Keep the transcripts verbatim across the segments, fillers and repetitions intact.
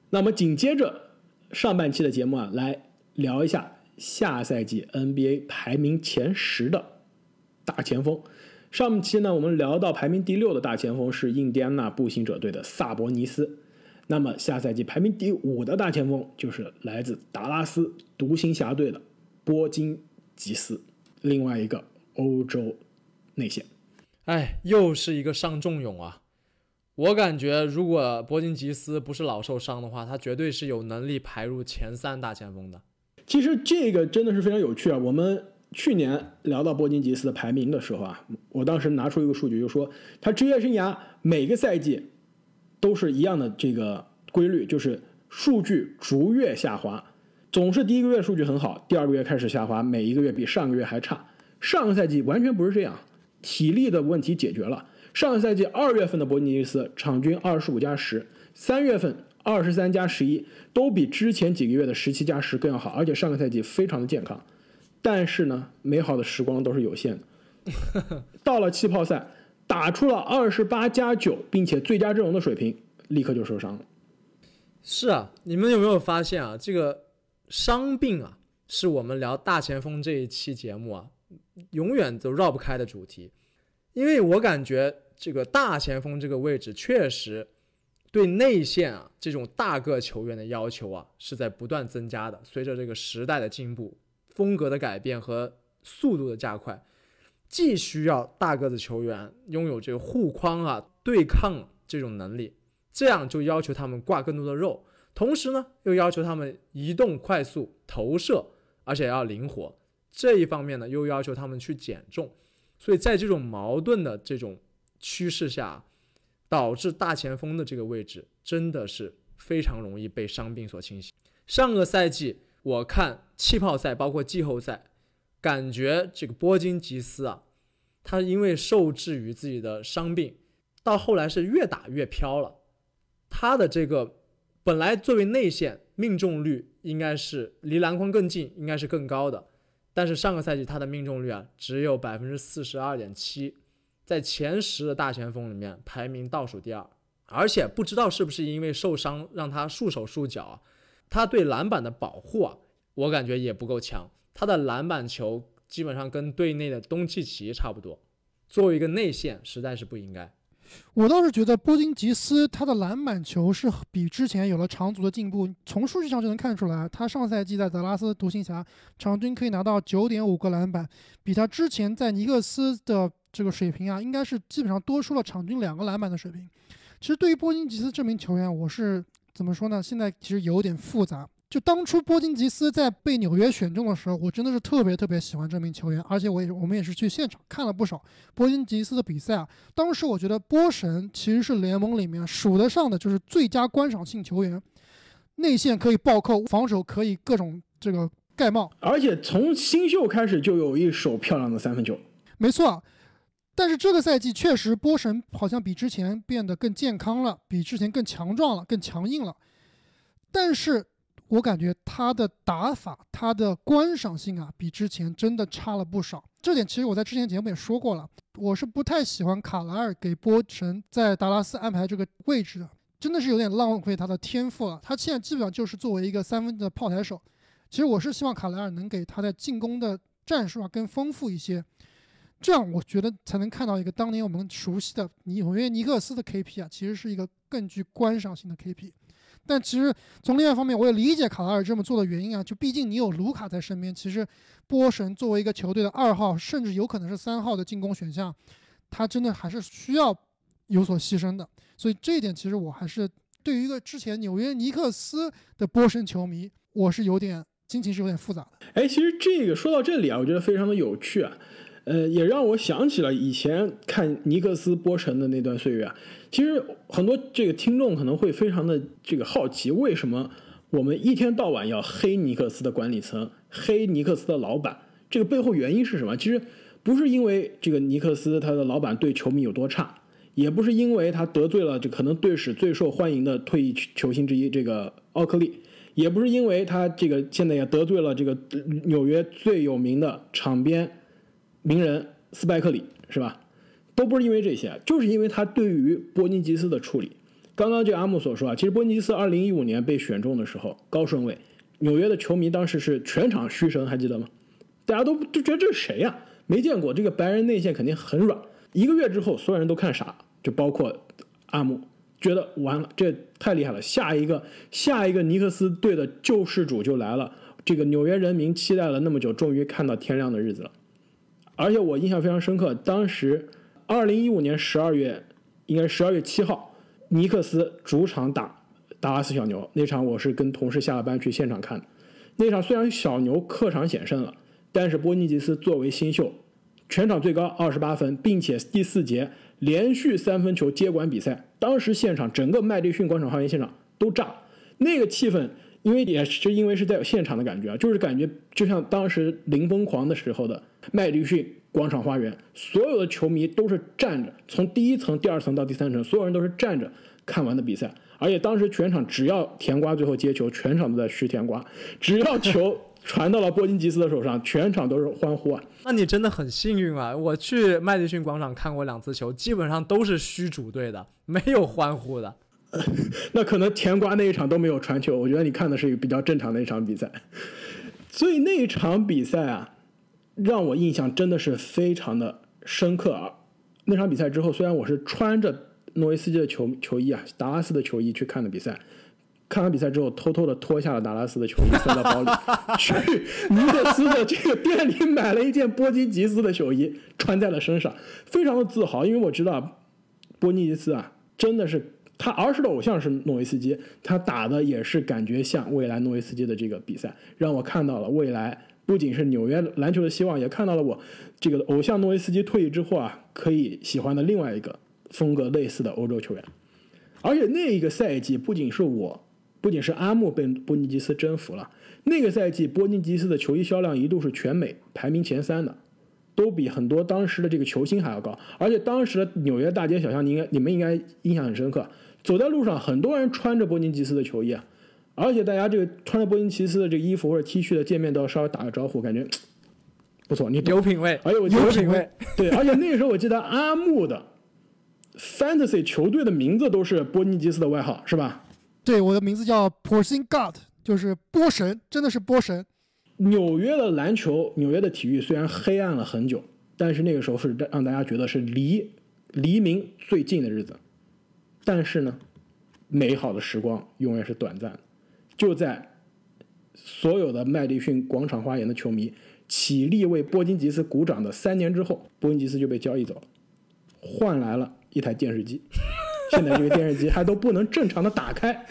那么紧接着上半期的节目啊，来聊一下下赛季 N B A 排名前十的大前锋。上期呢，我们聊到排名第六的大前锋是印第安纳步行者队的萨博尼斯。那么下赛季排名第五的大前锋就是来自达拉斯独行侠队的波金吉斯，另外一个欧洲内线。 哎，又是一个伤仲永啊！我感觉如果波金吉斯不是老受伤的话，他绝对是有能力排入前三大前锋的。 其实这个真的是非常有趣啊！我们去年聊到波金吉斯的排名的时候啊，我当时拿出一个数据，就说他职业生涯每个赛季都是一样的这个规律，就是数据逐月下滑，总是第一个月数据很好，第二个月开始下滑，每一个月比上个月还差。上个赛季完全不是这样，体力的问题解决了。上个赛季二月份的波金吉斯场均二十五加十，三月份二十三加十一，都比之前几个月的十七加十更要好，而且上个赛季非常的健康。但是呢，美好的时光都是有限的。到了气泡赛，打出了二十八加九，并且最佳阵容的水平，立刻就受伤了。 是啊，你们有没有发现啊？这个伤病啊，是我们聊大前锋这一期节目啊，永远都绕不开的主题。因为我感觉这个大前锋这个位置确实对内线啊这种大个球员的要求啊是在不断增加的。随着这个时代的进步，风格的改变和速度的加快，既需要大个子球员拥有这个护框啊、对抗这种能力，这样就要求他们挂更多的肉，同时呢又要求他们移动快速、投射，而且要灵活。这一方面呢又要求他们去减重。所以在这种矛盾的这种趋势下，导致大前锋的这个位置真的是非常容易被伤病所侵袭。上个赛季我看气泡赛包括季后赛，感觉这个波金吉斯啊，他因为受制于自己的伤病，到后来是越打越飘了。他的这个本来作为内线命中率应该是离篮筐更近，应该是更高的，但是上个赛季他的命中率啊只有 百分之四十二点七， 在前十的大前锋里面排名倒数第二。而且不知道是不是因为受伤让他束手束脚啊，他对篮板的保护啊我感觉也不够强，他的篮板球基本上跟队内的东契奇差不多，作为一个内线实在是不应该。 我倒是觉得波金吉斯他的篮板球是比之前有了长足的进步，从数据上就能看出来，他上赛季在德拉斯独行侠场均可以拿到 九点五 个篮板，比他之前在尼克斯的这个水平啊，应该是基本上多出了场均两个篮板的水平。其实对于波金吉斯这名球员，我是怎么说呢？现在其实有点复杂。就当初波金吉斯在被纽约选中的时候，我真的是特别特别喜欢这名球员，而且我也我们也是去现场看了不少波金吉斯的比赛啊。当时我觉得波神其实是联盟里面数得上的就是最佳观赏性球员，内线可以暴扣，防守可以各种这个盖帽， 而且从新秀开始就有一手漂亮的三分球。 没错。但是这个赛季确实波神好像比之前变得更健康了，比之前更强壮了，更强硬了。但是我感觉他的打法，他的观赏性啊，比之前真的差了不少。这点其实我在之前节目也说过了，我是不太喜欢卡莱尔给波神在达拉斯安排这个位置的，真的是有点浪费他的天赋了。他现在基本上就是作为一个三分的炮台手。其实我是希望卡莱尔能给他在进攻的战术啊更丰富一些，这样我觉得才能看到一个当年我们熟悉的纽约尼克斯的 K P 啊，其实是一个更具观赏性的 K P。但其实从另外一方面，我也理解卡拉尔这么做的原因啊，就毕竟你有卢卡在身边，其实波神作为一个球队的二号，甚至有可能是三号的进攻选项，他真的还是需要有所牺牲的。所以这一点其实我还是对于一个之前纽约尼克斯的波神球迷，我是有点心情是有点复杂的。 哎，其实这个说到这里啊，我觉得非常的有趣啊。呃，也让我想起了以前看尼克斯波神的那段岁月啊。其实很多这个听众可能会非常的这个好奇，为什么我们一天到晚要黑尼克斯的管理层，黑尼克斯的老板？这个背后原因是什么？其实不是因为这个尼克斯他的老板对球迷有多差，也不是因为他得罪了这可能队史最受欢迎的退役球星之一这个奥克利，也不是因为他这个现在也得罪了这个纽约最有名的场边名人斯派克里，是吧？都不是因为这些，就是因为他对于波金吉斯的处理。 刚刚这个阿木所说啊，其实波尼吉斯二零一五年被选中的时候高顺位，纽约的球迷当时是全场嘘声，还记得吗？大家都就觉得这是谁呀、啊？没见过，这个白人内线肯定很软。一个月之后，所有人都看傻，就包括阿木，觉得完了，这太厉害了，下一个下一个尼克斯队的救世主就来了。这个纽约人民期待了那么久，终于看到天亮的日子了。而且我印象非常深刻，当时二零一五年十二月，应该是十二月七号，尼克斯主场打达拉斯小牛，那场我是跟同事下了班去现场看的。那场虽然小牛客场险胜了，但是波尼吉斯作为新秀，全场最高二十八分，并且第四节连续三分球接管比赛。当时现场整个麦迪逊广场花园现场都炸，那个气氛，因为也是因为是在现场的感觉啊，就是感觉就像当时零疯狂的时候的麦迪逊广场花园，所有的球迷都是站着，从第一层、第二层到第三层，所有人都是站着看完的比赛。而且当时全场只要甜瓜最后接球，全场都在嘘甜瓜，只要球传到了波金吉斯的手上，全场都是欢呼啊！ 那你真的很幸运啊！我去麦迪逊广场看过两次球，基本上都是嘘主队的，没有欢呼的。 呃、那可能甜瓜那一场都没有传球，我觉得你看的是一个比较正常的一场比赛。所以那一场比赛啊，让我印象真的是非常的深刻啊！那场比赛之后，虽然我是穿着诺维斯基的球球衣啊，达拉斯的球衣去看的比赛。看完比赛之后，偷偷的脱下了达拉斯的球衣，塞到包里，去尼克斯的这个店里买了一件波金吉斯的球衣，穿在了身上，非常的自豪。因为我知道波金吉斯啊，真的是他儿时的偶像是诺维斯基，他打的也是感觉像未来诺维斯基的这个比赛，让我看到了未来不仅是纽约篮球的希望，也看到了我这个偶像诺维斯基退役之后啊，可以喜欢的另外一个风格类似的欧洲球员。而且那一个赛季不仅是我。不仅是阿木被波尼吉斯征服了，那个赛季波尼吉斯的球衣销量一度是全美排名前三的，都比很多当时的这个球星还要高。而且当时的纽约大街小巷，你应该你们应该印象很深刻，走在路上很多人穿着波尼吉斯的球衣啊，而且大家这个穿着波尼吉斯的这个衣服或者 T 恤的见面都要稍微打个招呼，感觉不错，你有品位， 而且我有品位， 对，而且那个时候我记得阿木的 Fantasy 球队的名字都是波尼吉斯的外号，是吧？ 对，我的名字叫 Porzingis God， 就是波神，真的是波神。 纽约的篮球，纽约的体育虽然黑暗了很久，但是那个时候是让大家觉得是离黎明最近的日子。但是呢，美好的时光永远是短暂的。就在所有的麦迪逊广场花园的球迷起立为波金吉斯鼓掌的三年之后，波金吉斯就被交易走了，换来了一台电视机。现在这个电视机还都不能正常的打开，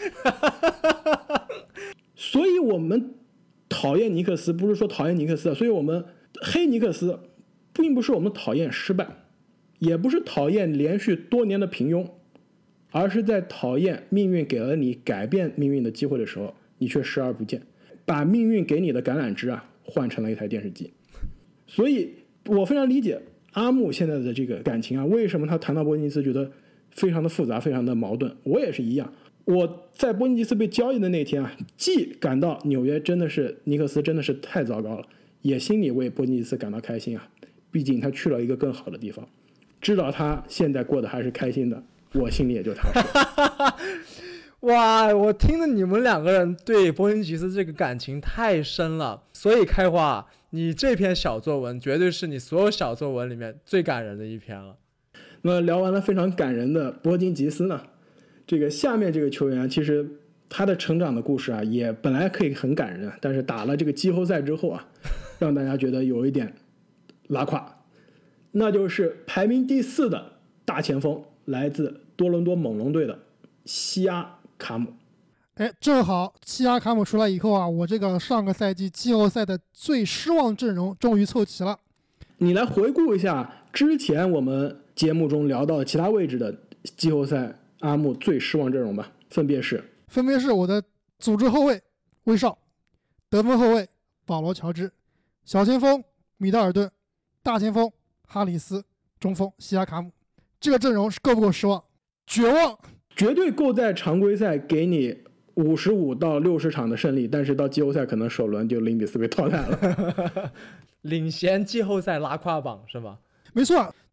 所以我们讨厌尼克斯，不是说讨厌尼克斯，所以我们黑尼克斯，并不是我们讨厌失败，也不是讨厌连续多年的平庸，而是在讨厌命运给了你改变命运的机会的时候，你却视而不见，把命运给你的橄榄枝啊换成了一台电视机。所以我非常理解阿木现在的这个感情啊，为什么他谈到波金吉斯觉得非常的复杂，非常的矛盾。我也是一样，我在波金吉斯被交易的那天啊，既感到纽约真的是尼克斯真的是太糟糕了，也心里为波金吉斯感到开心啊，毕竟他去了一个更好的地方，知道他现在过得还是开心的，我心里也就踏实。 哇，我听着你们两个人对波金吉斯这个感情太深了，所以开花，你这篇小作文绝对是你所有小作文里面最感人的一篇了。 那么聊完了非常感人的波金吉斯呢，这个下面这个球员其实他的成长的故事啊，也本来可以很感人，但是打了这个季后赛之后啊，让大家觉得有一点拉胯。那就是排名第四的大前锋，来自多伦多猛龙队的西亚卡姆。 哎，正好西亚卡姆出来以后啊，我这个上个赛季季后赛的最失望阵容终于凑齐了。 你来回顾一下之前我们节目中聊到的其他位置的季后赛阿木最失望阵容吧，分别是分别是我的组织后卫威少，得分后卫保罗乔治，小前锋米德尔顿，大前锋哈里斯，中锋西亚卡姆。这个阵容是够不够失望？绝望， 绝对够在常规赛给你五十五到六十场的胜利，但是到季后赛可能首轮就零比四被淘汰了。 领衔季后赛拉胯榜是吗？ 没错，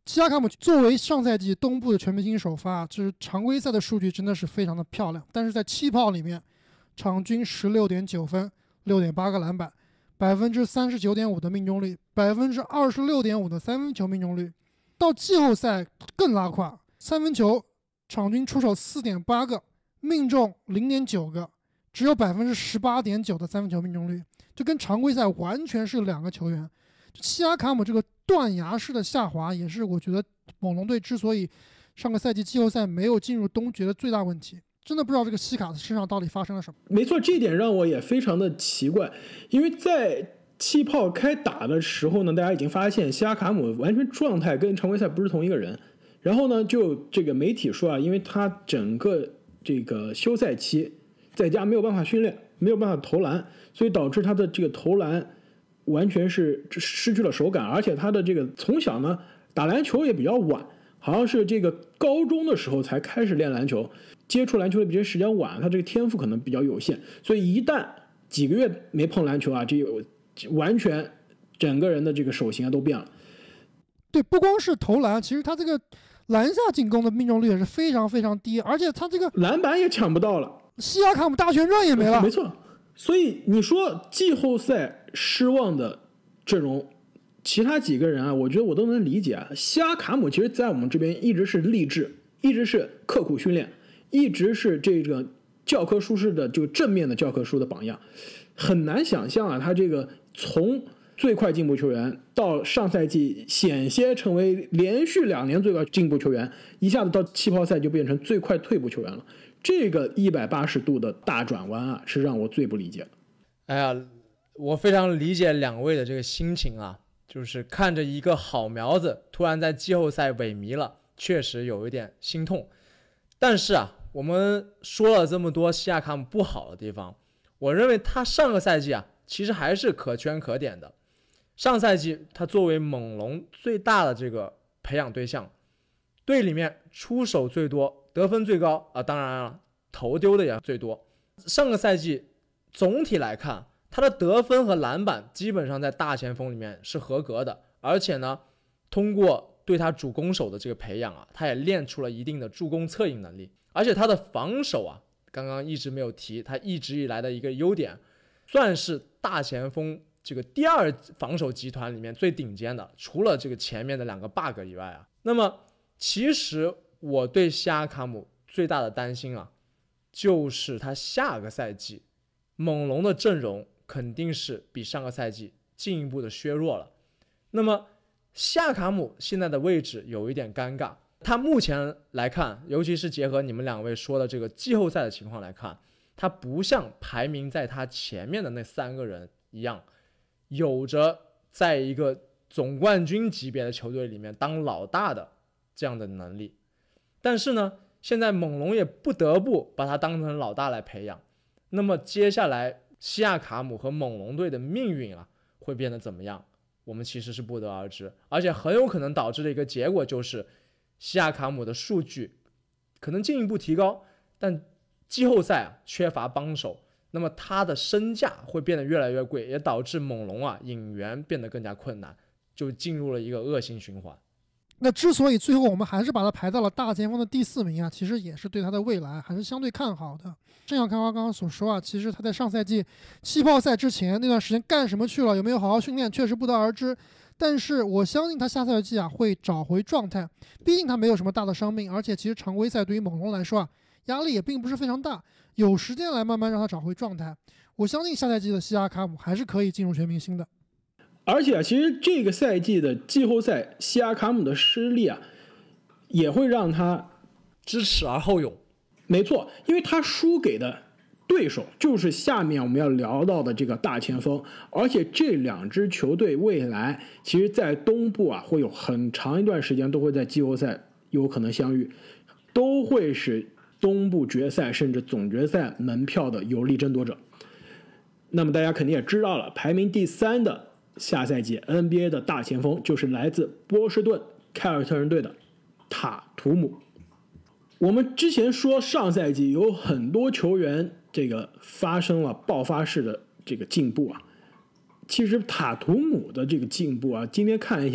西亚卡姆作为上赛季东部的全明星首发，就是常规赛的数据真的是非常的漂亮，但是在气泡里面，场均 十六点九 分， 六点八 个篮板， 百分之三十九点五 的命中率， 百分之二十六点五 的三分球命中率。到季后赛更拉胯，三分球场均出手 四点八 个，命中 零点九 个，只有 百分之十八点九 的三分球命中率，就跟常规赛完全是两个球员。西亚卡姆这个断崖式的下滑，也是我觉得猛龙队之所以上个赛季季后赛没有进入东决的最大问题。真的不知道这个西卡斯身上到底发生了什么。 没错，这点让我也非常的奇怪，因为在气泡开打的时候呢，大家已经发现西亚卡姆完全状态跟常规赛不是同一个人。然后呢，就这个媒体说啊，因为他整个这个休赛期在家没有办法训练，没有办法投篮，所以导致他的这个投篮完全是失去了手感，而且他的这个从小呢打篮球也比较晚，好像是这个高中的时候才开始练篮球，接触篮球的比这时间晚，他这个天赋可能比较有限，所以一旦几个月没碰篮球啊，这完全整个人的这个手型啊都变了。 对，不光是投篮，其实他这个篮下进攻的命中率也是非常非常低，而且他这个篮板也抢不到了， 西亚卡姆大旋转也没了。 没错，所以你说季后赛失望的这种其他几个人啊，我觉得我都能理解啊。西亚卡姆其实在我们这边一直是励志，一直是刻苦训练，一直是这个教科书式的这个正面的教科书的榜样。很难想象啊，他这个从最快进步球员到上赛季险些成为连续两年最快进步球员，一下子到气泡赛就变成最快退步球员了。这个一百八十度的大转弯啊，是让我最不理解的。 哎呀，我非常理解两位的这个心情啊，就是看着一个好苗子突然在季后赛萎靡了，确实有一点心痛。但是啊，我们说了这么多西亚卡姆不好的地方，我认为他上个赛季啊，其实还是可圈可点的。上赛季他作为猛龙最大的这个培养对象，队里面出手最多，得分最高啊，当然了，投丢的也最多。上个赛季总体来看，他的得分和篮板基本上在大前锋里面是合格的，而且呢，通过对他主攻手的这个培养啊，他也练出了一定的助攻策应能力，而且他的防守啊，刚刚一直没有提，他一直以来的一个优点，算是大前锋这个第二防守集团里面最顶尖的，除了这个前面的两个 bug 以外啊。那么其实我对西亚卡姆最大的担心啊，就是他下个赛季猛龙的阵容肯定是比上个赛季进一步的削弱了。那么西亚卡姆现在的位置有一点尴尬，他目前来看，尤其是结合你们两位说的这个季后赛的情况来看，他不像排名在他前面的那三个人一样，有着在一个总冠军级别的球队里面当老大的这样的能力。但是呢，现在猛龙也不得不把他当成老大来培养。那么接下来西亚卡姆和猛龙队的命运啊，会变得怎么样？我们其实是不得而知，而且很有可能导致的一个结果就是西亚卡姆的数据可能进一步提高，但季后赛啊缺乏帮手，那么他的身价会变得越来越贵，也导致猛龙啊引援变得更加困难，就进入了一个恶性循环。 那之所以最后我们还是把他排到了大前锋的第四名啊，其实也是对他的未来还是相对看好的。正像开花刚刚所说啊，其实他在上赛季气泡赛之前那段时间干什么去了，有没有好好训练，确实不得而知。但是我相信他下赛季啊会找回状态，毕竟他没有什么大的伤病，而且其实常规赛对于猛龙来说啊压力也并不是非常大，有时间来慢慢让他找回状态。我相信下赛季的西亚卡姆还是可以进入全明星的。 而且啊，其实这个赛季的季后赛，西亚卡姆的失利啊，也会让他知耻而后勇。 没错，因为他输给的对手就是下面我们要聊到的这个大前锋，而且这两支球队未来其实在东部啊会有很长一段时间都会在季后赛有可能相遇，都会是东部决赛甚至总决赛门票的有力争夺者。那么大家肯定也知道了，排名第三的下赛季 N B A 的大前锋就是来自波士顿凯尔特人队的塔图姆。我们之前说上赛季有很多球员这个发生了爆发式的这个进步啊，其实塔图姆的这个进步啊，今天看一下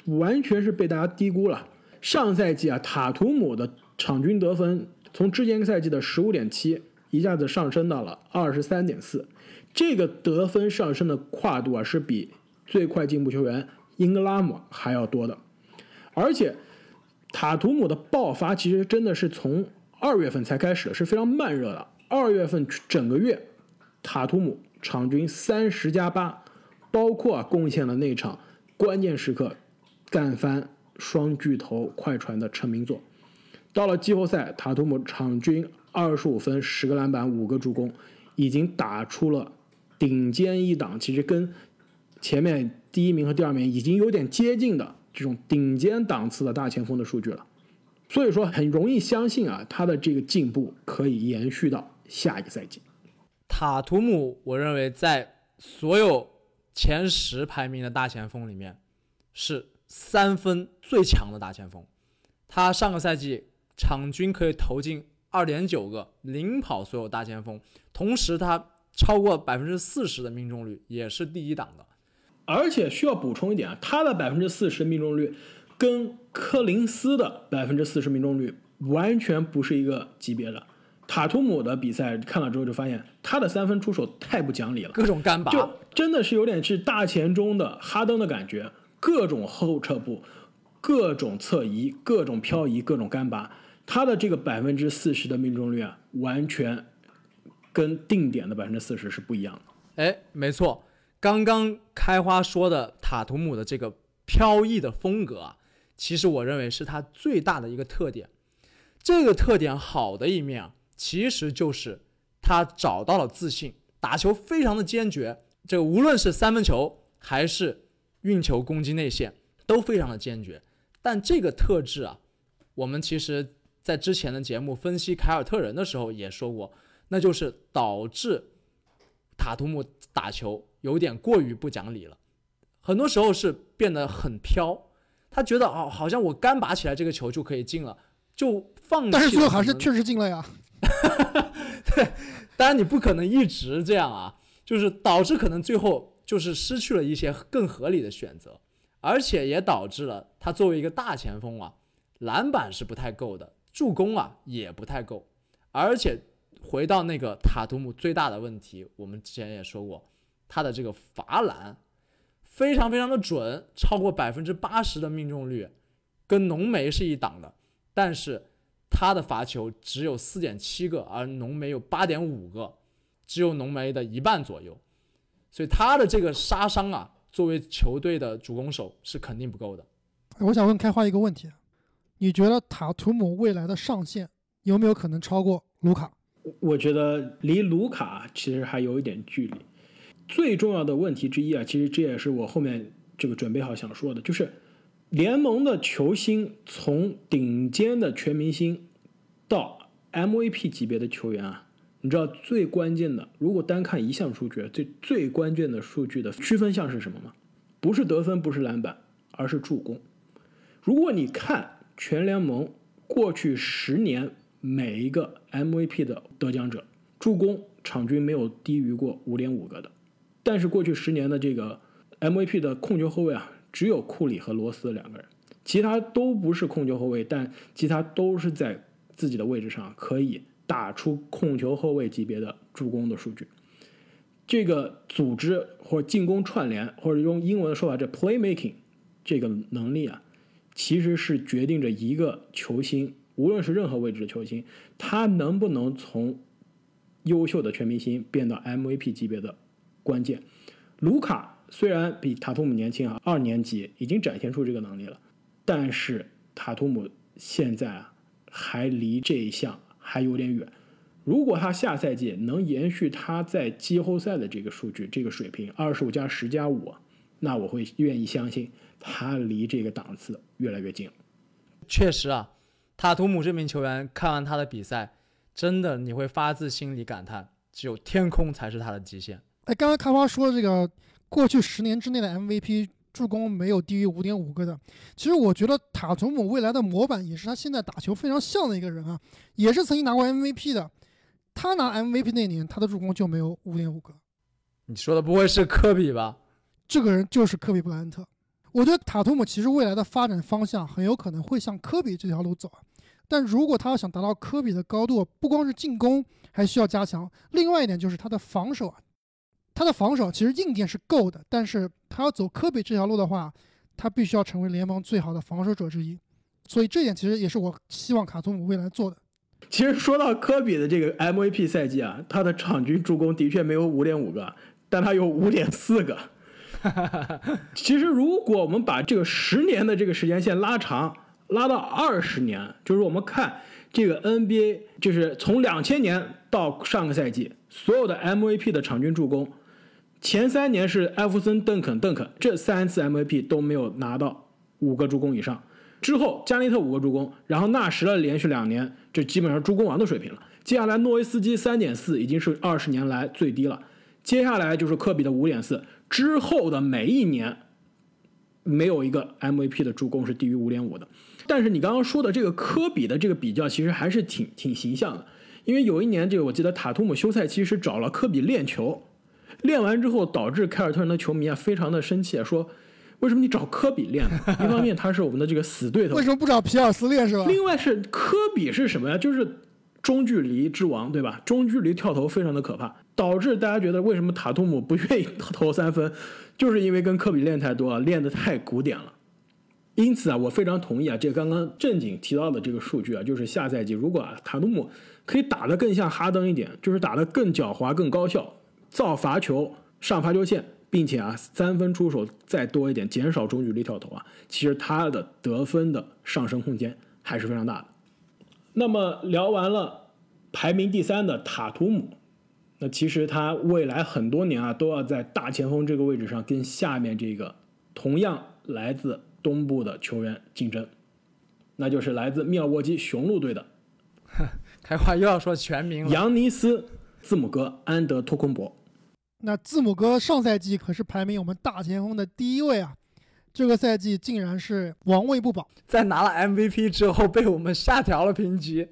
完全是被大家低估了。上赛季啊，塔图姆的场均得分从之前一个赛季的 十五点七 一下子上升到了 二十三点四， 这个得分上升的跨度啊，是比最快进步球员英格拉姆还要多的。而且塔图姆的爆发其实真的是从二月份才开始，是非常慢热的。二月份整个月塔图姆场均三十加八，包括啊贡献了那场关键时刻干翻双巨头快船的成名作。到了季后赛，塔图姆场均二十五分、十个篮板、五个助攻，已经打出了顶尖一档，其实跟前面第一名和第二名已经有点接近的这种顶尖档次的大前锋的数据了。所以说很容易相信啊，他的这个进步可以延续到下一个赛季。 塔图姆我认为在所有前十排名的大前锋里面是三分最强的大前锋，他上个赛季场均可以投进 二点九个，领跑所有大前锋，同时他超过 百分之四十 的命中率，也是第一档的。 而且需要补充一点啊，他的 百分之四十 的命中率跟柯林斯的 百分之四十 命中率完全不是一个级别的。塔图姆的比赛看了之后就发现他的三分出手太不讲理了， 各种干拔， 就真的是有点是大前中的哈登的感觉，各种后撤步，各种侧移，各种漂移，各种干拔。他的这个 百分之四十 的命中率啊，完全跟定点的 百分之四十 是不一样的。 哎，没错，刚刚开花说的塔图姆的这个飘逸的风格啊，其实我认为是他最大的一个特点。这个特点好的一面啊，其实就是他找到了自信，打球非常的坚决，这个无论是三分球还是运球攻击内线都非常的坚决。但这个特质啊，我们其实在之前的节目分析凯尔特人的时候也说过，那就是导致塔图姆打球有点过于不讲理了，很多时候是变得很飘，他觉得哦，好像我干拔起来这个球就可以进了，就放弃了。 但是最后还是确实进了呀。 对，当然你不可能一直这样啊，就是导致可能最后就是失去了一些更合理的选择，而且也导致了他作为一个大前锋啊，篮板是不太够的，助攻啊也不太够，而且回到那个塔图姆最大的问题，我们之前也说过，他的这个罚篮非常非常的准，超过 百分之八十 的命中率，跟浓眉是一档的，但是他的罚球只有 四点七个，而浓眉有 八点五个，只有浓眉的一半左右，所以他的这个杀伤啊，作为球队的主攻手是肯定不够的。 我想问开花一个问题，你觉得塔图姆未来的上限有没有可能超过卢卡？ 我觉得离卢卡其实还有一点距离。最重要的问题之一啊，其实这也是我后面这个准备好想说的，就是联盟的球星从顶尖的全明星到 M V P 级别的球员啊，你知道最关键的，如果单看一项数据，最最关键的数据的区分项是什么吗？不是得分，不是篮板，而是助攻。如果你看全联盟过去十年每一个 M V P 的得奖者，助攻场均没有低于过 五点五个的，但是过去十年的这个 M V P 的控球后卫啊，只有库里和罗斯两个人，其他都不是控球后卫，但其他都是在自己的位置上可以打出控球后卫级别的助攻的数据。这个组织或者进攻串联，或者用英文的说法，这 playmaking 这个能力啊，其实是决定着一个球星，无论是任何位置的球星，他能不能从优秀的全明星变到 M V P 级别的关键。卢卡虽然比塔图姆年轻啊，二年级已经展现出这个能力了，但是塔图姆现在啊还离这一项还有点远。如果他下赛季能延续他在季后赛的这个数据，这个水平二十五加十加五，那我会愿意相信他离这个档次越来越近了。 确实啊，塔图姆这名球员看完他的比赛，真的你会发自心里感叹，只有天空才是他的极限。 哎，刚刚开花说这个过去十年之内的 M V P 助攻没有低于 五点五个的，其实我觉得塔图姆未来的模板也是他现在打球非常像的一个人啊，也是曾经拿过 M V P 的。他拿 M V P 那年，他的助攻就没有 五点五个。 你说的不会是科比吧？ 这个人就是科比布莱恩特。 我觉得塔图姆其实未来的发展方向很有可能会向科比这条路走，但如果他要想达到科比的高度，不光是进攻还需要加强，另外一点就是他的防守啊，他的防守其实硬件是够的，但是他要走科比这条路的话，他必须要成为联盟最好的防守者之一，所以这点其实也是我希望卡图姆未来做的。 其实说到科比的这个 M V P 赛季啊，他的场均助攻的确没有 五点五 个，但他有 五点四 个。其实如果我们把这个十年的这个时间线拉长，拉到二十年，就是我们看这个 N B A， 就是从两千年到上个赛季所有的 M V P 的场均助攻，前三年是艾弗森、邓肯、邓肯这三次 M V P 都没有拿到五个助攻以上，之后加内特五个助攻，然后纳什了连续两年，这基本上助攻王的水平了。接下来诺维斯基 三点四 已经是二十年来最低了，接下来就是科比的 五点四， 之后的每一年没有一个 M V P 的助攻是低于 五点五 的。但是你刚刚说的这个科比的这个比较其实还是挺挺形象的，因为有一年这个我记得塔图姆休赛期是找了科比练球，练完之后导致凯尔特人的球迷啊非常的生气，说为什么你找科比练呢？一方面他是我们的这个死对头， 为什么不找皮尔斯练是吧？ 另外是科比是什么呀？就是中距离之王，对吧？中距离跳投非常的可怕，导致大家觉得为什么塔图姆不愿意投三分，就是因为跟科比练太多了，练得太古典了。因此啊，我非常同意啊，这刚刚正经提到的这个数据啊，就是下赛季如果啊塔图姆可以打得更像哈登一点，就是打得更狡猾、更高效，造罚球、上罚球线，并且啊三分出手再多一点，减少中距离跳投啊，其实他的得分的上升空间还是非常大的。那么聊完了排名第三的塔图姆，那其实他未来很多年啊都要在大前锋这个位置上跟下面这个同样来自东部的球员竞争，那就是来自密尔沃基雄鹿队的开话又要说全名了， 扬尼斯·字母哥·安德托昆博。 那字母哥上赛季可是排名我们大前锋的第一位啊，这个赛季竟然是王位不保， 在拿了 M V P 之后被我们下调了评级。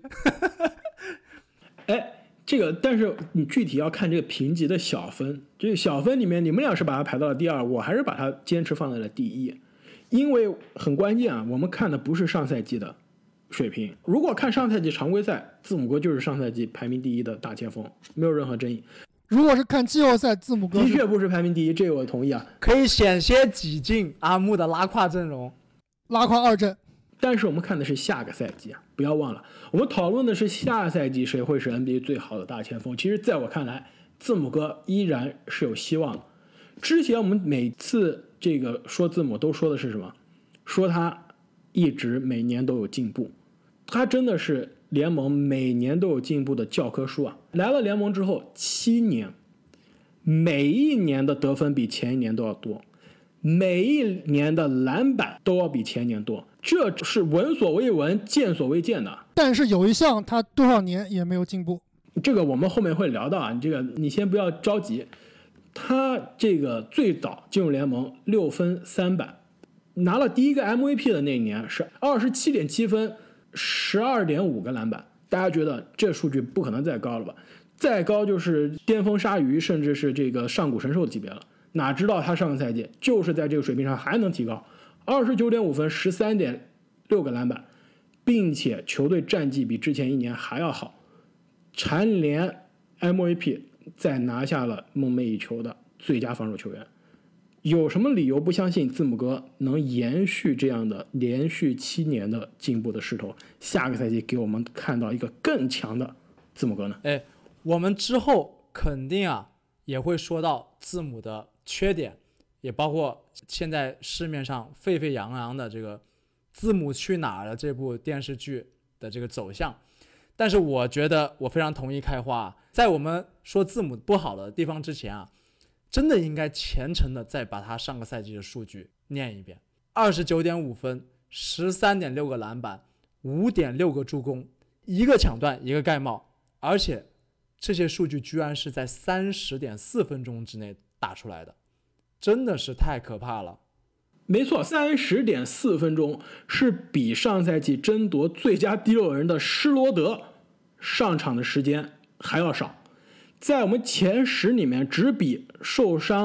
哎，这个但是你具体要看这个评级的小分，这个小分里面你们俩是把它排到了第二，我还是把它坚持放在了第一，因为很关键啊，我们看的不是上赛季的水平，如果看上赛季常规赛，字母哥就是上赛季排名第一的大前锋，没有任何争议。 如果是看季后赛，字母哥的确不是排名第一，这个我同意啊， 可以险些挤进阿木的拉胯阵容， 拉胯二阵。 但是我们看的是下个赛季啊，不要忘了，我们讨论的是下赛季谁会是 N B A 最好的大前锋。其实在我看来，字母哥依然是有希望的。之前我们每次这个说字母都说的是什么？说他一直每年都有进步，他真的是联盟每年都有进步的教科书啊！来了联盟之后七年，每一年的得分比前一年都要多，每一年的篮板都要比前年多，这是闻所未闻、见所未见的。 但是有一项他多少年也没有进步， 这个我们后面会聊到啊，你这个你先不要着急。他这个最早进入联盟六分三板，拿了第一个 M V P 的那一年是二十七点七分。十二点五个篮板，大家觉得这数据不可能再高了吧？再高就是巅峰鲨鱼，甚至是这个上古神兽的级别了。哪知道他上个赛季就是在这个水平上还能提高，二十九点五分，十三点六个篮板，并且球队战绩比之前一年还要好，蝉联 M V P， 再拿下了梦寐以求的最佳防守球员。有什么理由不相信字母哥能延续这样的连续七年的进步的势头，下个赛季给我们看到一个更强的字母哥呢？ 哎，我们之后肯定啊也会说到字母的缺点，也包括现在市面上沸沸扬扬的这个字母去哪儿了这部电视剧的这个走向。但是我觉得我非常同意开花，在我们说字母不好的地方之前啊，真的应该虔诚的再把他上个赛季的数据念一遍：二十九点五分，十三点六个篮板，五点六个助攻，一个抢断，一个盖帽，而且这些数据居然是在三十点四分钟之内打出来的，真的是太可怕了。 没错，三十点四分钟是比上赛季争夺最佳第六人的施罗德上场的时间还要少。在我们前十里面，只比受伤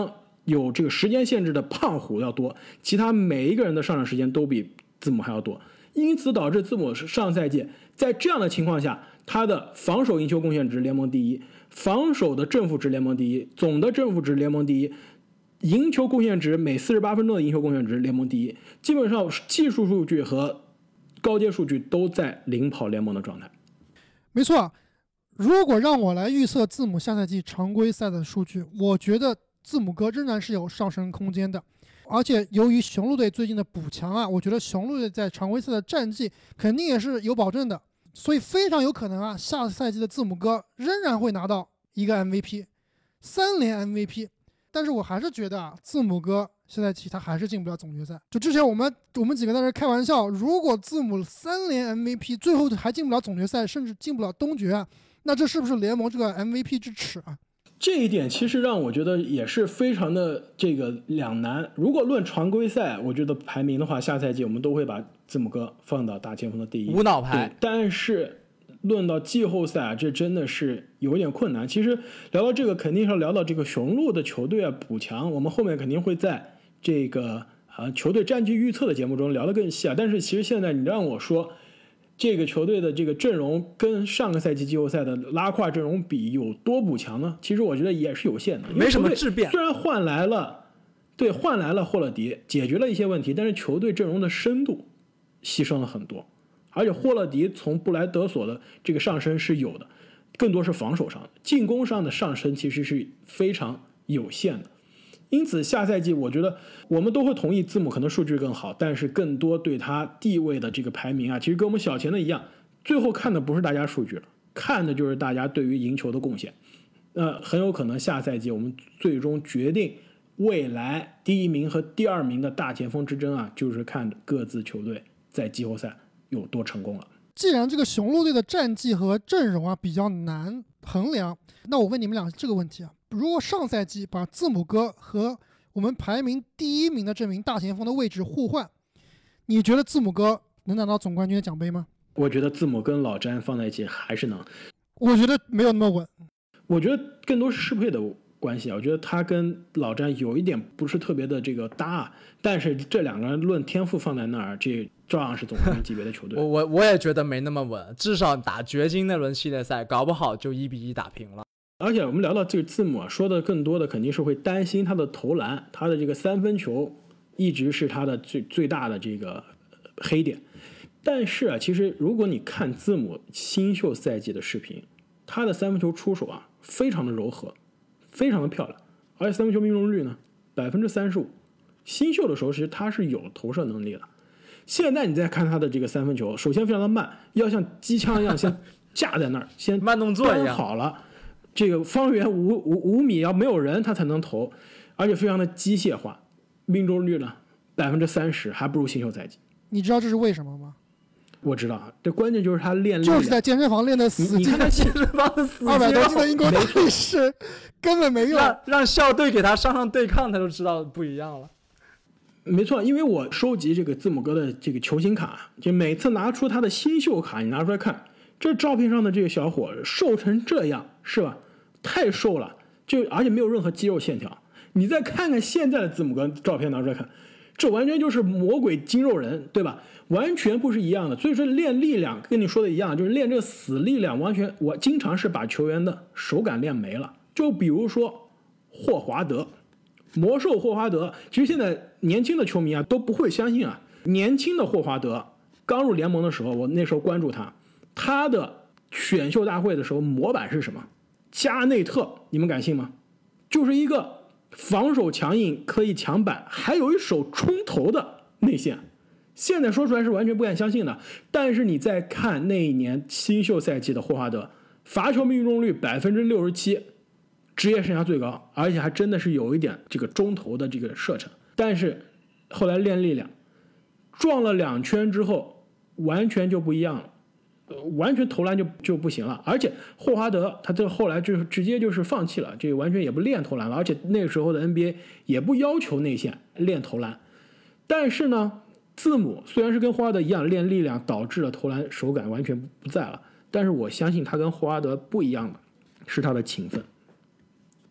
有这个时间限制的胖虎要多，其他每一个人的上场时间都比字母还要多，因此导致字母上赛季在这样的情况下，他的防守赢球贡献值联盟第一，防守的正负值联盟第一，总的正负值联盟第一，赢球贡献值每四十八分钟的赢球贡献值联盟第一，基本上技术数据和高阶数据都在领跑联盟的状态。 没错，如果让我来预测字母下赛季常规赛的数据，我觉得字母哥仍然是有上升空间的。而且由于雄鹿队最近的补强啊，我觉得雄鹿队在常规赛的战绩肯定也是有保证的，所以非常有可能啊，下赛季的字母哥仍然会拿到一个 M V P， 三连 M V P。但是我还是觉得啊，字母哥下赛季他还是进不了总决赛。就之前我们我们几个在这开玩笑，如果字母三连 M V P， 最后还进不了总决赛，甚至进不了东决啊，那这是不是联盟这个 M V P 之耻啊？ 这一点其实让我觉得也是非常的这个两难。如果论常规赛，我觉得排名的话，下赛季我们都会把字母哥放到大前锋的第一， 无脑排。 但是论到季后赛啊，这真的是有一点困难。其实聊到这个，肯定是要聊到这个雄鹿的球队啊补强，我们后面肯定会在这个啊球队战绩预测的节目中聊得更细啊。但是其实现在你让我说，这个球队的这个阵容跟上个赛季季后赛的拉胯阵容比有多补强呢？其实我觉得也是有限的， 没什么质变。 虽然换来了，对，换来了霍勒迪，解决了一些问题，但是球队阵容的深度牺牲了很多。而且霍勒迪从布莱德索的这个上升是有的，更多是防守上的，进攻上的上升其实是非常有限的。因此下赛季我觉得我们都会同意字母可能数据更好，但是更多对他地位的这个排名啊，其实跟我们小前的一样，最后看的不是大家数据了，看的就是大家对于赢球的贡献。那很有可能下赛季我们最终决定未来第一名和第二名的大前锋之争啊，就是看各自球队在季后赛有多成功了。 既然这个雄鹿队的战绩和阵容啊比较难衡量，那我问你们俩这个问题啊：如果上赛季把字母哥和我们排名第一名的这名大前锋的位置互换，你觉得字母哥能拿到总冠军的奖杯吗？ 我觉得字母跟老詹放在一起还是能。 我觉得没有那么稳。 我觉得更多是适配的关系啊，我觉得他跟老詹有一点不是特别的这个搭，但是这两个人论天赋放在那儿，这照样是总冠军级别的球队。 我我我也觉得没那么稳，至少打掘金那轮系列赛，搞不好就一比一打平了。 而且我们聊到这个字母啊，说的更多的肯定是会担心他的投篮，他的这个三分球一直是他的最最大的这个黑点。但是啊，其实如果你看字母新秀赛季的视频，他的三分球出手啊，非常的柔和，非常的漂亮，而且三分球命中率呢百分之三十五。新秀的时候其实他是有投射能力的，现在你再看他的这个三分球，首先非常的慢，要像机枪一样先架在那儿，先慢动作一样好了。这个方圆五五五米要没有人他才能投，而且非常的机械化，命中率呢百分之三十，还不如新秀赛季。 你知道这是为什么吗？ 我知道，这关键就是他练力量， 就是在健身房练的死劲， 健身房的死劲， 二百多斤的英国大力士根本没用， 让让校队给他上上对抗，他就知道不一样了。 没错，因为我收集这个字母哥的这个球星卡，就每次拿出他的新秀卡，你拿出来看，这照片上的这个小伙瘦成这样，是吧？太瘦了，就而且没有任何肌肉线条。你再看看现在的字母哥照片拿出来看，这完全就是魔鬼肌肉人，对吧？完全不是一样的。所以说练力量跟你说的一样，就是练这个死力量，完全我经常是把球员的手感练没了。就比如说霍华德，魔兽霍华德，其实现在年轻的球迷啊都不会相信啊，年轻的霍华德刚入联盟的时候，我那时候关注他，他的选秀大会的时候模板是什么？加内特，你们敢信吗？就是一个防守强硬，可以抢板，还有一手冲投的内线。现在说出来是完全不敢相信的。但是你再看那一年新秀赛季的霍华德，罚球命中率百分之六十七，职业生涯最高，而且还真的是有一点这个中投的这个射程。但是后来练力量，撞了两圈之后，完全就不一样了。完全投篮就就不行了，而且霍华德他这后来就直接就是放弃了，这完全也不练投篮了，而且那个时候的 N B A 也不要求内线练投篮。但是呢，字母虽然是跟霍华德一样练力量，导致了投篮手感完全不在了，但是我相信他跟霍华德不一样的是他的勤奋。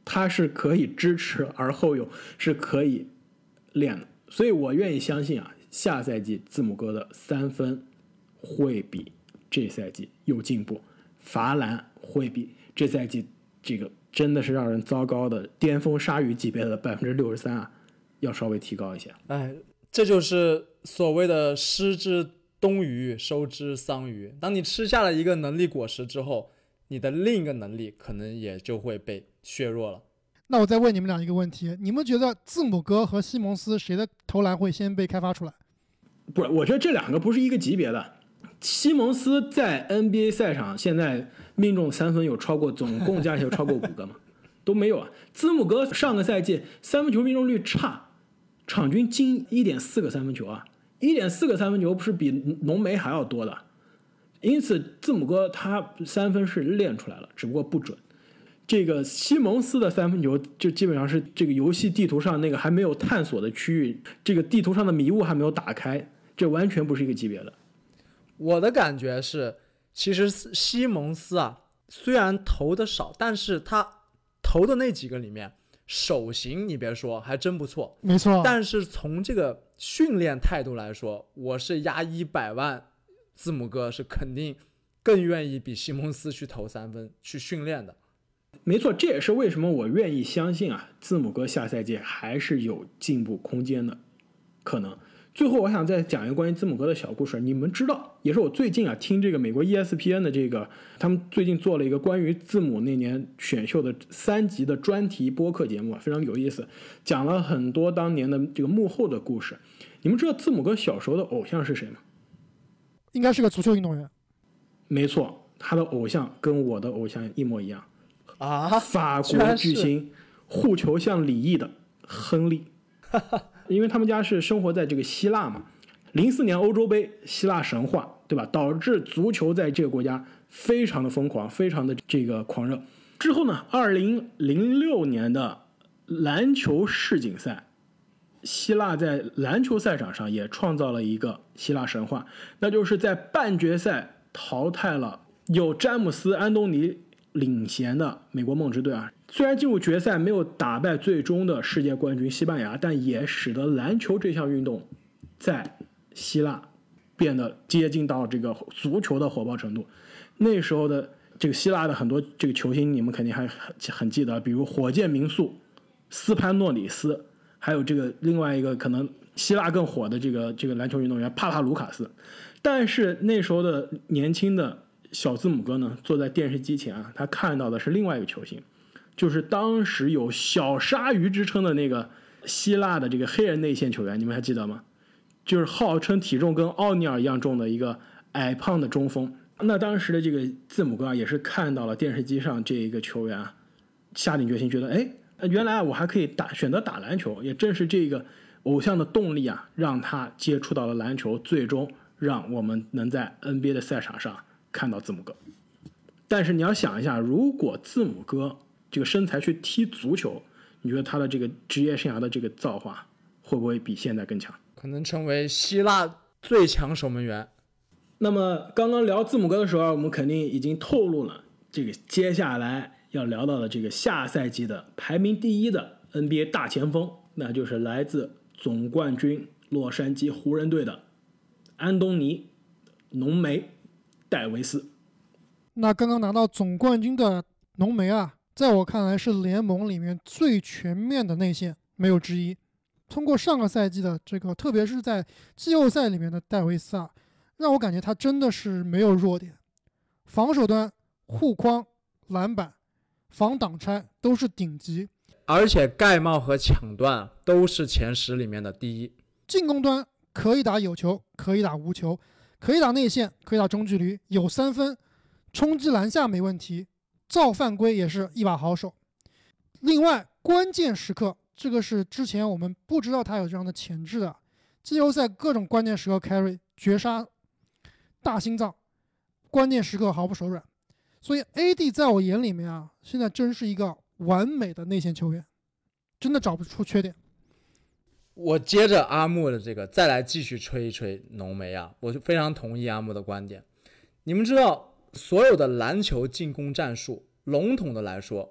他是可以支持而后勇，是可以练的。所以我愿意相信啊，下赛季字母哥的三分会比这赛季有进步，罚篮会比这赛季这个真的是让人糟糕的巅峰鲨鱼级别的百分之六十三啊，要稍微提高一些。 哎，这就是所谓的失之东隅，收之桑榆。当你吃下了一个能力果实之后，你的另一个能力可能也就会被削弱了。 那我再问你们俩一个问题，你们觉得字母哥和西蒙斯谁的投篮会先被开发出来？ 不是，我觉得这两个不是一个级别的。西蒙斯在 N B A 赛场现在命中三分有超过，总共加起来有超过五个吗？都没有啊。字母哥上个赛季三分球命中率差，场均进 一点四 个三分球啊， 一点四 个三分球不是比浓眉还要多的。因此字母哥他三分是练出来了，只不过不准。这个西蒙斯的三分球就基本上是这个游戏地图上那个还没有探索的区域，这个地图上的迷雾还没有打开，这完全不是一个级别的。 我的感觉是，其实西蒙斯啊，虽然投的少，但是他投的那几个里面，手型你别说还真不错， 没错。 但是从这个训练态度来说，我是压一百万，字母哥是肯定更愿意比西蒙斯去投三分去训练的。 没错，这也是为什么我愿意相信啊，字母哥下赛季还是有进步空间的可能。最后我想再讲一个关于字母哥的小故事，你们知道，也是我最近啊听这个美国 E S P N 的这个，他们最近做了一个关于字母那年选秀的三集的专题播客节目啊，非常有意思，讲了很多当年的这个幕后的故事。你们知道字母哥小时候的偶像是谁吗？ 应该是个足球运动员。 没错，他的偶像跟我的偶像一模一样啊！ 法国巨星护球像李毅的亨利。因为他们家是生活在这个希腊嘛，零四年欧洲杯希腊神话，对吧？导致足球在这个国家非常的疯狂，非常的这个狂热。之后呢，二零零六年的篮球世锦赛，希腊在篮球赛场上也创造了一个希腊神话，那就是在半决赛淘汰了有詹姆斯、安东尼领衔的美国梦之队啊。虽然进入决赛没有打败最终的世界冠军西班牙，但也使得篮球这项运动在希腊变得接近到这个足球的火爆程度。那时候的这个希腊的很多这个球星，你们肯定还很很记得，比如火箭名宿斯潘诺里斯，还有这个另外一个可能希腊更火的这个这个篮球运动员帕帕卢卡斯。但是那时候的年轻的小字母哥呢，坐在电视机前啊，他看到的是另外一个球星，就是当时有小鲨鱼之称的那个希腊的这个黑人内线球员，你们还记得吗？就是号称体重跟奥尼尔一样重的一个矮胖的中锋。那当时的这个字母哥啊，也是看到了电视机上这一个球员啊，下定决心觉得，哎，原来我还可以打选择打篮球。也正是这个偶像的动力啊，让他接触到了篮球，最终让我们能在 N B A 的赛场上看到字母哥。但是你要想一下，如果字母哥这个身材去踢足球，你觉得他的这个职业生涯的这个造化会不会比现在更强？ 可能成为希腊最强守门员。 那么刚刚聊字母哥的时候，我们肯定已经透露了这个接下来要聊到的这个下赛季的排名第一的 N B A 大前锋，那就是来自总冠军洛杉矶湖人队的安东尼浓眉戴维斯。 那刚刚拿到总冠军的浓眉啊，在我看来是联盟里面最全面的内线，没有之一。通过上个赛季的这个，特别是在季后赛里面的戴维斯啊，让我感觉他真的是没有弱点，防守端、护框、篮板、防挡拆都是顶级， 而且盖帽和抢断都是前十里面的第一。 进攻端可以打有球，可以打无球，可以打内线，可以打中距离，有三分，冲击篮下没问题，造犯规也是一把好手。另外关键时刻，这个是之前我们不知道他有这样的潜质的，季后赛各种关键时刻 carry 绝杀大心脏，关键时刻毫不手软。所以 A D 在我眼里面啊，现在真是一个完美的内线球员，真的找不出缺点。 我接着阿木的这个再来继续吹一吹浓眉啊，我就非常同意阿木的观点。你们知道所有的篮球进攻战术，笼统的来说，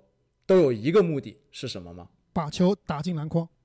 都有一个目的是什么吗？ 把球打进篮筐。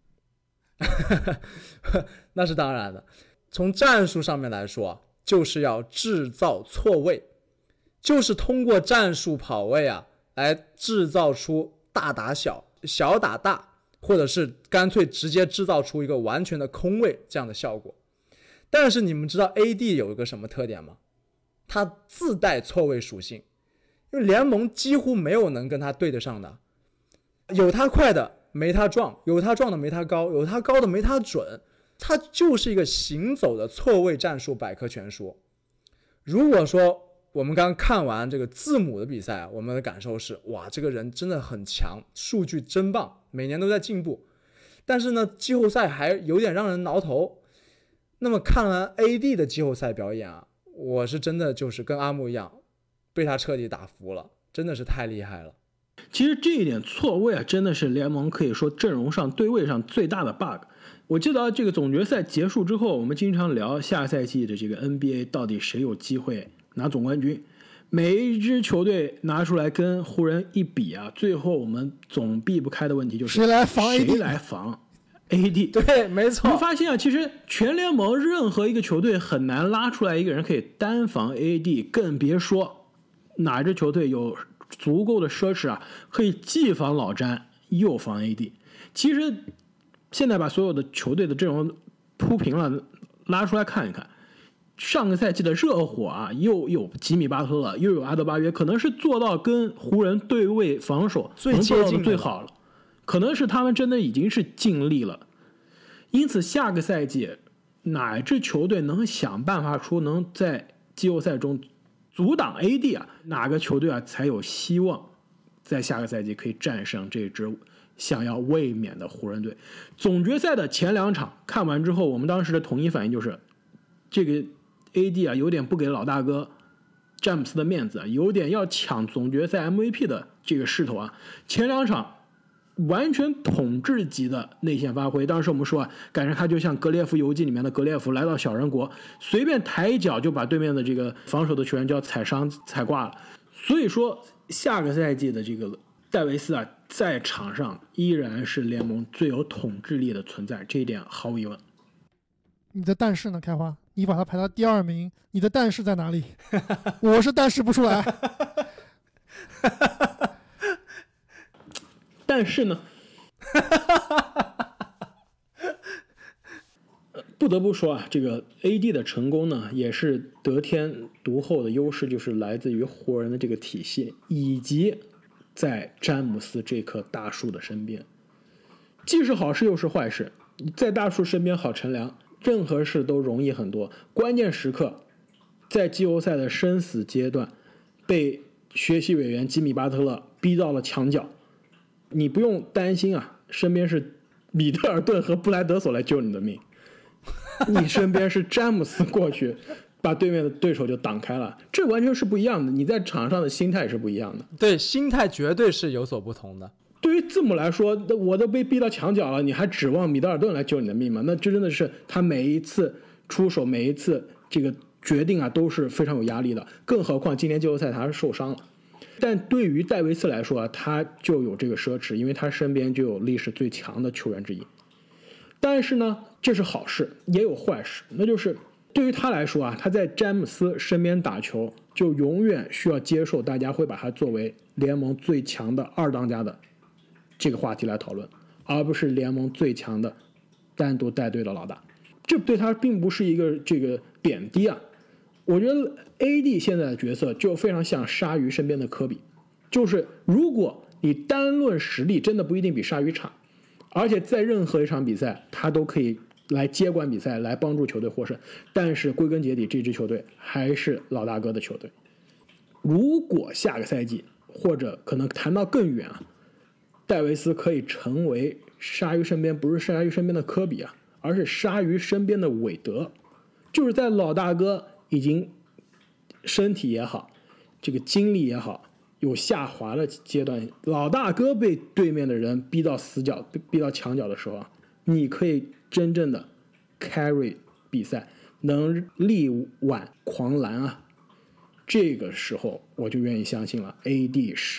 那是当然的。从战术上面来说，就是要制造错位，就是通过战术跑位啊，来制造出大打小、小打大，或者是干脆直接制造出一个完全的空位这样的效果。但是你们知道 A D 有一个什么特点吗？它自带错位属性，因为联盟几乎没有能跟他对得上的，有他快的没他壮，有他壮的没他高，有他高的没他准，他就是一个行走的错位战术百科全书。如果说我们刚看完这个字母的比赛，我们的感受是，哇，这个人真的很强，数据真棒，每年都在进步。但是呢，季后赛还有点让人挠头。那么看完 A D 的季后赛表演啊，我是真的就是跟阿木一样，被他彻底打服了，真的是太厉害了。 其实这一点错位啊，真的是联盟可以说阵容上对位上最大的 bug。我记得这个总决赛结束之后，我们经常聊下赛季的这个 N B A 到底谁有机会拿总冠军。每一支球队拿出来跟湖人一比啊，最后我们总避不开的问题就是谁来防 A D？ 谁来防 A D？ 对，没错。 你会发现啊，其实全联盟任何一个球队很难拉出来一个人可以单防 A D， 更别说哪支球队有足够的奢侈啊，可以既防老詹又防 A D。 其实现在把所有的球队的阵容铺平了，拉出来看一看，上个赛季的热火啊，又有吉米巴特勒，又有阿德巴约，可能是做到跟湖人对位防守最接近的最好了，可能是他们真的已经是尽力了。因此下个赛季哪支球队能想办法出能在季后赛中阻挡 A D 啊，哪个球队啊才有希望在下个赛季可以战胜这支想要卫冕的湖人队。总决赛的前两场看完之后，我们当时的统一反应就是这个 A D 啊有点不给老大哥詹姆斯的面子啊，有点要抢总决赛 M V P 的这个势头啊。前两场完全统治级的内线发挥，当时我们说啊，感觉他就像格列夫游记里面的格列夫来到小人国，随便抬一脚就把对面的这个防守的球员就要踩伤踩挂了。所以说下个赛季的这个戴维斯啊，在场上依然是联盟最有统治力的存在，这一点毫无疑问。 你的但是呢，开花，你把他排到第二名，你的但是在哪里？我是但是不出来。 但是呢，不得不说啊，这个 A D 的成功呢，也是得天独厚的优势，就是来自于湖人的这个体系，以及在詹姆斯这棵大树的身边。既是好事又是坏事，在大树身边好乘凉，任何事都容易很多。关键时刻，在季后赛的生死阶段，被学习委员吉米巴特勒逼到了墙角。你不用担心啊，身边是米德尔顿和布莱德索来救你的命，你身边是詹姆斯过去把对面的对手就挡开了，这完全是不一样的。你在场上的心态是不一样的， 对，心态绝对是有所不同的。 对于字母来说，我都被逼到墙角了，你还指望米德尔顿来救你的命吗？那这真的是他每一次出手，每一次这个决定啊，都是非常有压力的。更何况今年季后赛他是受伤了。但对于戴维斯来说啊，他就有这个奢侈，因为他身边就有历史最强的球员之一。但是呢，这是好事，也有坏事，那就是对于他来说啊，他在詹姆斯身边打球，就永远需要接受大家会把他作为联盟最强的二当家的这个话题来讨论，而不是联盟最强的单独带队的老大。这对他并不是一个这个贬低啊。我觉得 A D 现在的角色就非常像鲨鱼身边的科比，就是如果你单论实力，真的不一定比鲨鱼差，而且在任何一场比赛他都可以来接管比赛，来帮助球队获胜。但是归根结底，这支球队还是老大哥的球队。如果下个赛季，或者可能谈到更远啊，戴维斯可以成为鲨鱼身边不是鲨鱼身边的科比啊，而是鲨鱼身边的韦德，就是在老大哥已经身体也好，这个精力也好有下滑的阶段，老大哥被对面的人逼到死角逼到墙角的时候啊，你可以真正的 carry 比赛，能力挽狂澜啊，这个时候我就愿意相信了 A D 是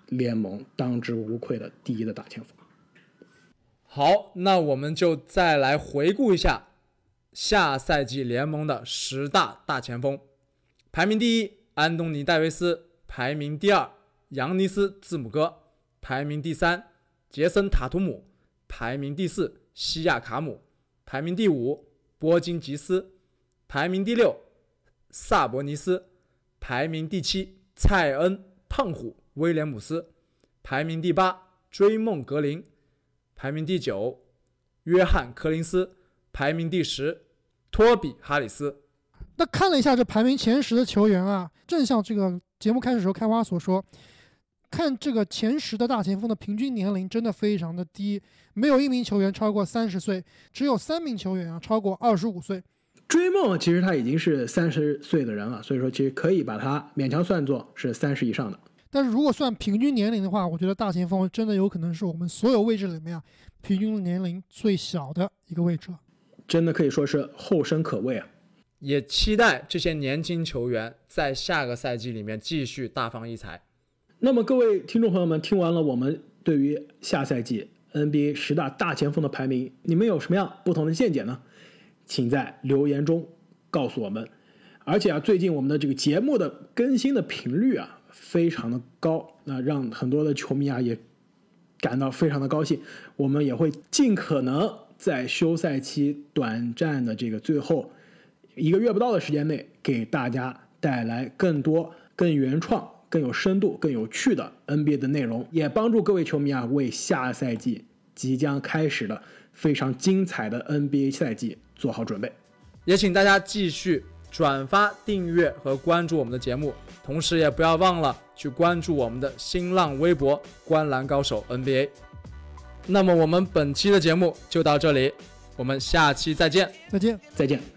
联盟当之无愧的第一的大前锋。 好，那我们就再来回顾一下下赛季联盟的十大大前锋。排名第一，安东尼戴维斯；排名第二，扬尼斯字母哥；排名第三，杰森塔图姆；排名第四，西亚卡姆；排名第五，波金吉斯；排名第六，萨博尼斯；排名第七，蔡恩胖虎威廉姆斯；排名第八，追梦格林；排名第九，约翰柯林斯；排名第十，托比哈里斯。 那看了一下这排名前十的球员啊，正像这个节目开始时候开花所说，看这个前十的大前锋的平均年龄真的非常的低，没有一名球员超过三十岁，只有三名球员啊超过二十五岁。 追梦其实他已经是三十岁的人了，所以说其实可以把他勉强算作是三十以上的。 但是如果算平均年龄的话，我觉得大前锋真的有可能是我们所有位置里面啊平均年龄最小的一个位置了， 真的可以说是后生可畏啊！ 也期待这些年轻球员在下个赛季里面继续大放异彩。 那么各位听众朋友们，听完了我们对于下赛季 N B A 十大大前锋的排名，你们有什么样不同的见解呢？请在留言中告诉我们。而且啊，最近我们的这个节目的更新的频率啊非常的高，那让很多的球迷啊也感到非常的高兴。我们也会尽可能在休赛期短暂的这个最后一个月不到的时间内，给大家带来更多更原创更有深度更有趣的 N B A 的内容，也帮助各位球迷啊为下赛季即将开始的非常精彩的 N B A 赛季做好准备。 也请大家继续转发订阅和关注我们的节目，同时也不要忘了去关注我们的新浪微博观篮高手 N B A。 那么我们本期的节目就到这里，我们下期再见。 再见再见。